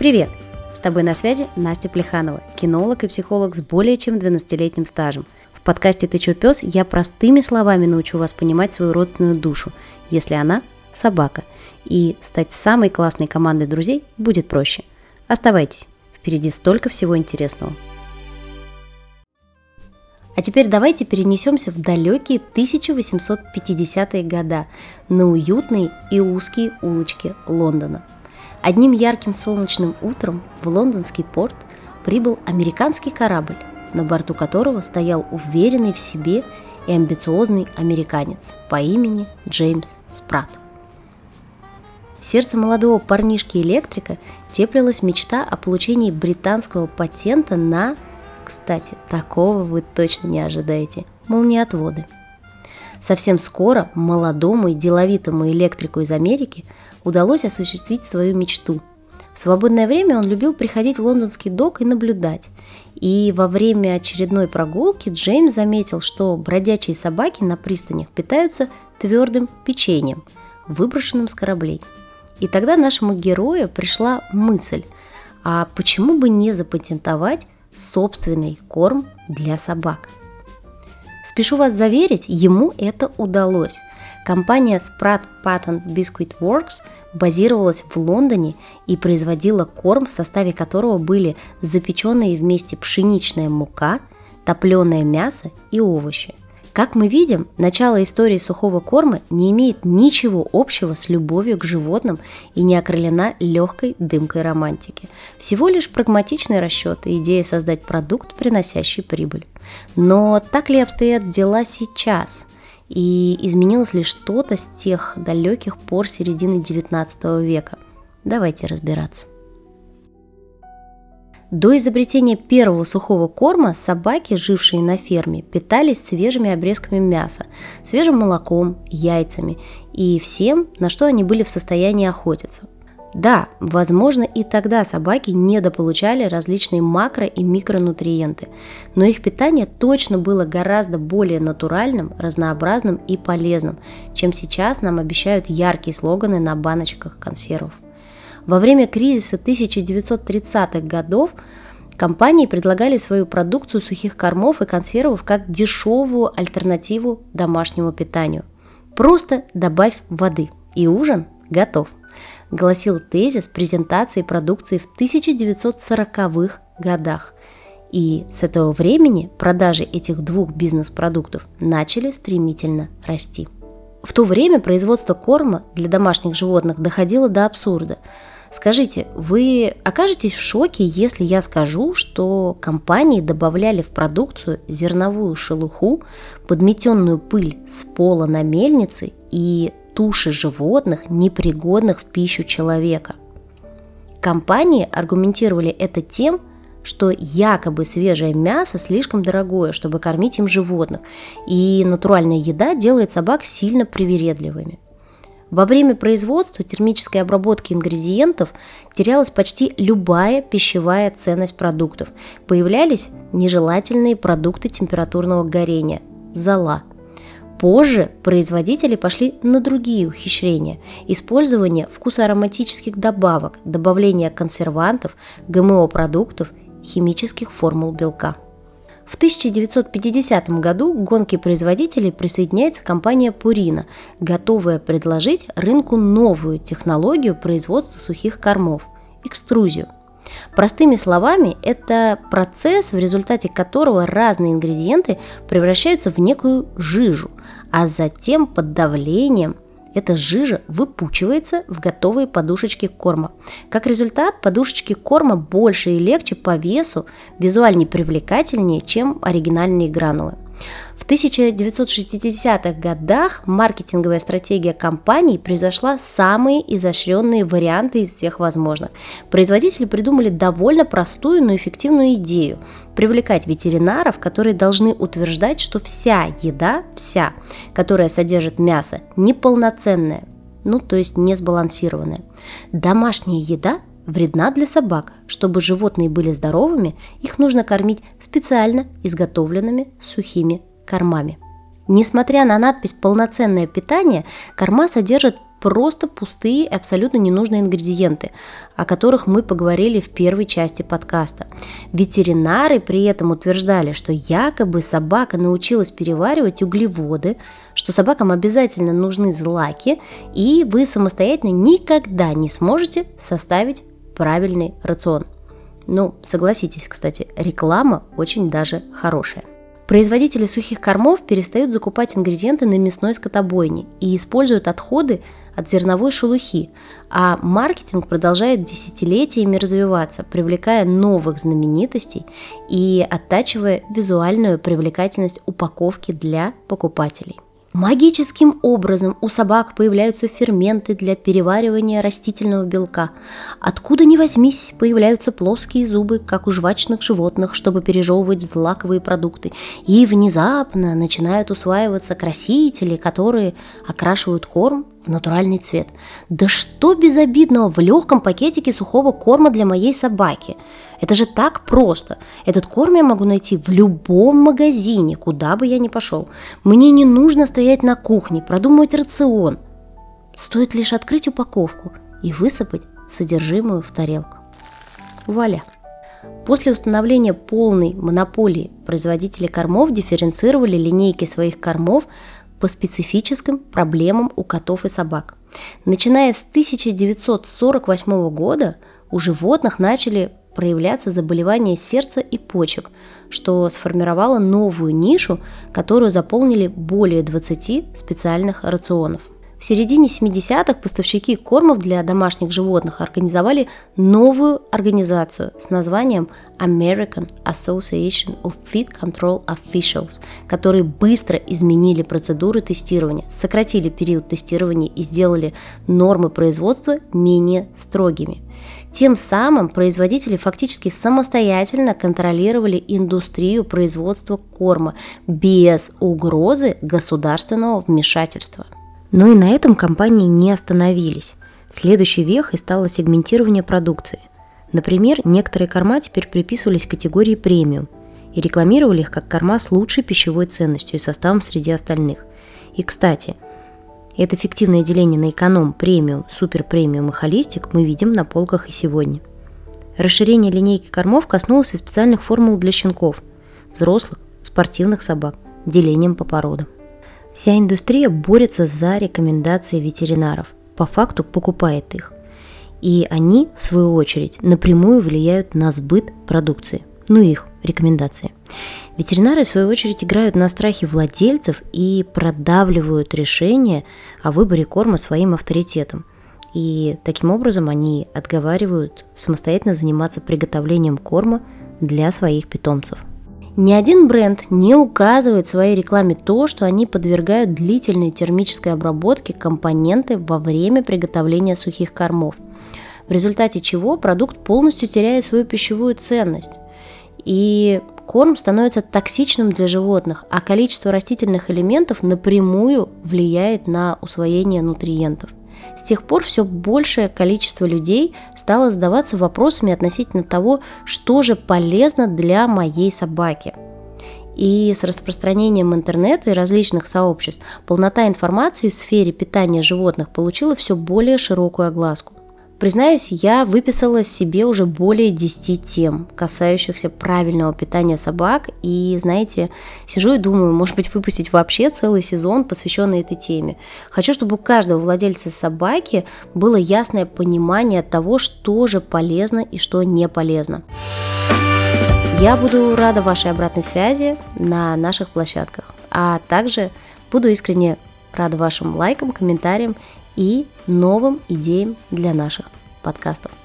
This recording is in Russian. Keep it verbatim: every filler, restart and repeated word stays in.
Привет! С тобой на связи Настя Плеханова, кинолог и психолог с более чем двенадцатилетним стажем. В подкасте «Ты чё, пёс?» я простыми словами научу вас понимать свою родственную душу, если она – собака. И стать самой классной командой друзей будет проще. Оставайтесь, впереди столько всего интересного. А теперь давайте перенесемся в далекие тысяча восемьсот пятидесятые годы на уютные и узкие улочки Лондона. Одним ярким солнечным утром в лондонский порт прибыл американский корабль, на борту которого стоял уверенный в себе и амбициозный американец по имени Джеймс Спрат. В сердце молодого парнишки-электрика теплилась мечта о получении британского патента на, кстати, такого вы точно не ожидаете, молниеотводы. Совсем скоро молодому и деловитому электрику из Америки удалось осуществить свою мечту. В свободное время он любил приходить в лондонский док и наблюдать. И во время очередной прогулки Джеймс заметил, что бродячие собаки на пристанях питаются твердым печеньем, выброшенным с кораблей. И тогда нашему герою пришла мысль, а почему бы не запатентовать собственный корм для собак? Спешу вас заверить, ему это удалось. Компания Sprat Patent Biscuit Works базировалась в Лондоне и производила корм, в составе которого были запеченные вместе пшеничная мука, топленое мясо и овощи. Как мы видим, начало истории сухого корма не имеет ничего общего с любовью к животным и не окрылена легкой дымкой романтики. Всего лишь прагматичный расчет и идея создать продукт, приносящий прибыль. Но так ли обстоят дела сейчас? И изменилось ли что-то с тех далеких пор середины девятнадцатого века? Давайте разбираться. До изобретения первого сухого корма собаки, жившие на ферме, питались свежими обрезками мяса, свежим молоком, яйцами и всем, на что они были в состоянии охотиться. Да, возможно, и тогда собаки недополучали различные макро- и микронутриенты, но их питание точно было гораздо более натуральным, разнообразным и полезным, чем сейчас нам обещают яркие слоганы на баночках консервов. Во время кризиса тысяча девятьсот тридцатых годов компании предлагали свою продукцию сухих кормов и консервов как дешевую альтернативу домашнему питанию. Просто добавь воды, и ужин готов, гласил тезис презентации продукции в тысяча девятьсот сороковых годах. И с этого времени продажи этих двух бизнес-продуктов начали стремительно расти. В то время производство корма для домашних животных доходило до абсурда. Скажите, вы окажетесь в шоке, если я скажу, что компании добавляли в продукцию зерновую шелуху, подметенную пыль с пола на мельнице и туши животных, непригодных в пищу человека? Компании аргументировали это тем, что якобы свежее мясо слишком дорогое, чтобы кормить им животных, и натуральная еда делает собак сильно привередливыми. Во время производства термической обработки ингредиентов терялась почти любая пищевая ценность продуктов. Появлялись нежелательные продукты температурного горения – зола. Позже производители пошли на другие ухищрения – использование вкусоароматических добавок, добавление консервантов, ГМО-продуктов, химических формул белка. В тысяча девятьсот пятидесятом году к гонке производителей присоединяется компания Purina, готовая предложить рынку новую технологию производства сухих кормов – экструзию. Простыми словами, это процесс, в результате которого разные ингредиенты превращаются в некую жижу, а затем под давлением эта жижа выпучивается в готовые подушечки корма. Как результат, подушечки корма больше и легче по весу, визуальнее привлекательнее, чем оригинальные гранулы. В тысяча девятьсот шестидесятых годах маркетинговая стратегия компаний превзошла самые изощренные варианты из всех возможных. Производители придумали довольно простую, но эффективную идею – привлекать ветеринаров, которые должны утверждать, что вся еда, вся, которая содержит мясо, неполноценная, ну то есть не сбалансированная. Домашняя еда вредна для собак. Чтобы животные были здоровыми, их нужно кормить специально изготовленными сухими кормами. Несмотря на надпись «полноценное питание», корма содержат просто пустые, абсолютно ненужные ингредиенты, о которых мы поговорили в первой части подкаста. Ветеринары при этом утверждали, что якобы собака научилась переваривать углеводы, что собакам обязательно нужны злаки, и вы самостоятельно никогда не сможете составить правильный рацион. Ну, согласитесь, кстати, реклама очень даже хорошая. Производители сухих кормов перестают закупать ингредиенты на мясной скотобойне и используют отходы от зерновой шелухи, а маркетинг продолжает десятилетиями развиваться, привлекая новых знаменитостей и оттачивая визуальную привлекательность упаковки для покупателей. Магическим образом у собак появляются ферменты для переваривания растительного белка. Откуда ни возьмись, появляются плоские зубы, как у жвачных животных, чтобы пережевывать злаковые продукты. И внезапно начинают усваиваться красители, которые окрашивают корм в натуральный цвет. Да что безобидного в легком пакетике сухого корма для моей собаки? Это же так просто. Этот корм я могу найти в любом магазине, куда бы я ни пошел. Мне не нужно стоять на кухне, продумывать рацион. Стоит лишь открыть упаковку и высыпать содержимое в тарелку. Вуаля! После установления полной монополии производители кормов дифференцировали линейки своих кормов по специфическим проблемам у котов и собак. Начиная с тысяча девятьсот сорок восьмого года у животных начали проявляться заболевания сердца и почек, что сформировало новую нишу, которую заполнили более двадцати специальных рационов. В середине семидесятых поставщики кормов для домашних животных организовали новую организацию с названием American Association of Feed Control Officials, которые быстро изменили процедуры тестирования, сократили период тестирования и сделали нормы производства менее строгими. Тем самым производители фактически самостоятельно контролировали индустрию производства корма без угрозы государственного вмешательства. Но и на этом компании не остановились. Следующей вехой стало сегментирование продукции. Например, некоторые корма теперь приписывались категории премиум и рекламировали их как корма с лучшей пищевой ценностью и составом среди остальных. И, кстати, это фиктивное деление на эконом, премиум, супер премиум и холистик мы видим на полках и сегодня. Расширение линейки кормов коснулось и специальных формул для щенков, взрослых, спортивных собак, делением по породам. Вся индустрия борется за рекомендации ветеринаров, по факту покупает их. И они, в свою очередь, напрямую влияют на сбыт продукции, ну их рекомендации. Ветеринары, в свою очередь, играют на страхе владельцев и продавливают решение о выборе корма своим авторитетом. И таким образом они отговаривают самостоятельно заниматься приготовлением корма для своих питомцев. Ни один бренд не указывает в своей рекламе то, что они подвергают длительной термической обработке компоненты во время приготовления сухих кормов, в результате чего продукт полностью теряет свою пищевую ценность. И корм становится токсичным для животных, а количество растительных элементов напрямую влияет на усвоение нутриентов. С тех пор все большее количество людей стало задаваться вопросами относительно того, что же полезно для моей собаки. И с распространением интернета и различных сообществ полнота информации в сфере питания животных получила все более широкую огласку. Признаюсь, я выписала себе уже более десяти тем, касающихся правильного питания собак, и, знаете, сижу и думаю, может быть, выпустить вообще целый сезон, посвященный этой теме. Хочу, чтобы у каждого владельца собаки было ясное понимание того, что же полезно и что не полезно. Я буду рада вашей обратной связи на наших площадках, а также буду искренне рада вашим лайкам, комментариям и новым идеям для наших подкастов.